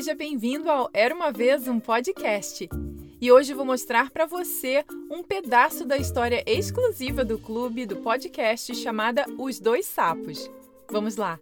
seja bem-vindo ao Era Uma Vez um Podcast. E hoje vou mostrar para você um pedaço da história exclusiva do clube do podcast chamada Os Dois Sapos. Vamos lá!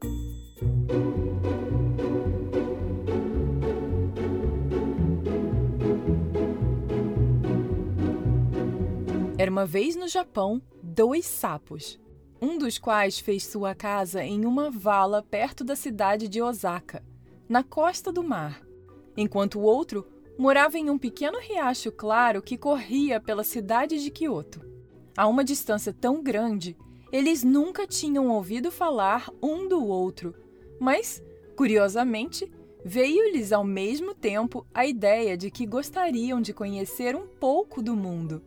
Era uma vez no Japão, dois sapos, um dos quais fez sua casa em uma vala perto da cidade de Osaka, na costa do mar, enquanto o outro morava em um pequeno riacho claro que corria pela cidade de Kyoto. A uma distância tão grande, eles nunca tinham ouvido falar um do outro, mas, curiosamente, veio-lhes ao mesmo tempo a ideia de que gostariam de conhecer um pouco do mundo.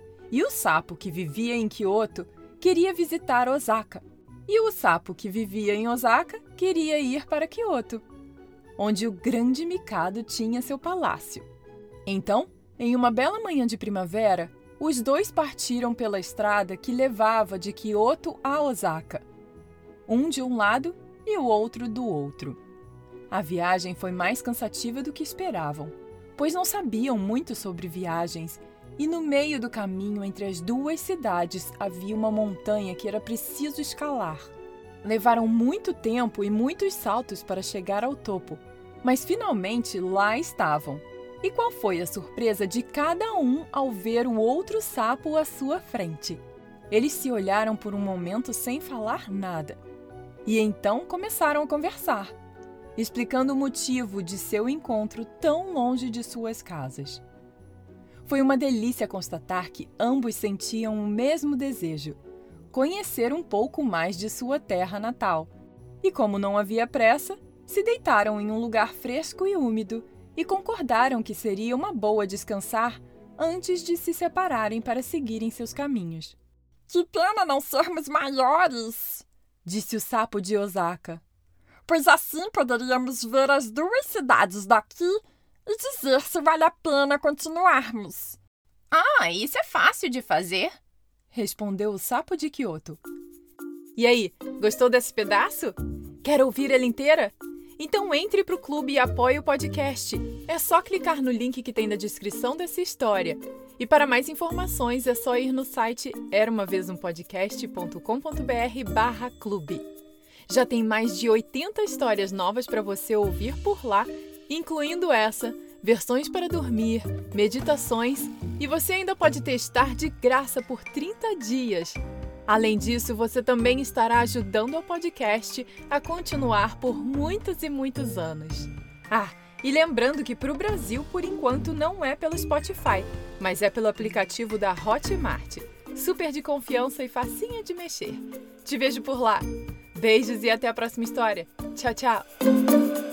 E o sapo que vivia em Kyoto queria visitar Osaka, e o sapo que vivia em Osaka queria ir para Kyoto, onde o grande Mikado tinha seu palácio. Então, em uma bela manhã de primavera, os dois partiram pela estrada que levava de Kyoto a Osaka, um de um lado e o outro do outro. A viagem foi mais cansativa do que esperavam, pois não sabiam muito sobre viagens, e no meio do caminho entre as duas cidades havia uma montanha que era preciso escalar. Levaram muito tempo e muitos saltos para chegar ao topo, mas finalmente lá estavam. E qual foi a surpresa de cada um ao ver o outro sapo à sua frente? Eles se olharam por um momento sem falar nada. E então começaram a conversar, explicando o motivo de seu encontro tão longe de suas casas. Foi uma delícia constatar que ambos sentiam o mesmo desejo: conhecer um pouco mais de sua terra natal. E como não havia pressa, se deitaram em um lugar fresco e úmido e concordaram que seria uma boa descansar antes de se separarem para seguirem seus caminhos. Que pena não sermos maiores, disse o sapo de Osaka. Pois assim poderíamos ver as duas cidades daqui e dizer se vale a pena continuarmos. Ah, isso é fácil de fazer, respondeu o sapo de Kyoto. E aí, gostou desse pedaço? Quer ouvir ela inteira? Então entre para o clube e apoie o podcast. É só clicar no link que tem na descrição dessa história. E para mais informações é só ir no site eraumavezumpodcast.com.br/clube. Já tem mais de 80 histórias novas para você ouvir por lá, incluindo essa, versões para dormir, meditações, e você ainda pode testar de graça por 30 dias. Além disso, você também estará ajudando o podcast a continuar por muitos e muitos anos. Ah, e lembrando que para o Brasil, por enquanto, não é pelo Spotify, mas é pelo aplicativo da Hotmart. Super de confiança e facinha de mexer. Te vejo por lá. Beijos e até a próxima história. Tchau, tchau!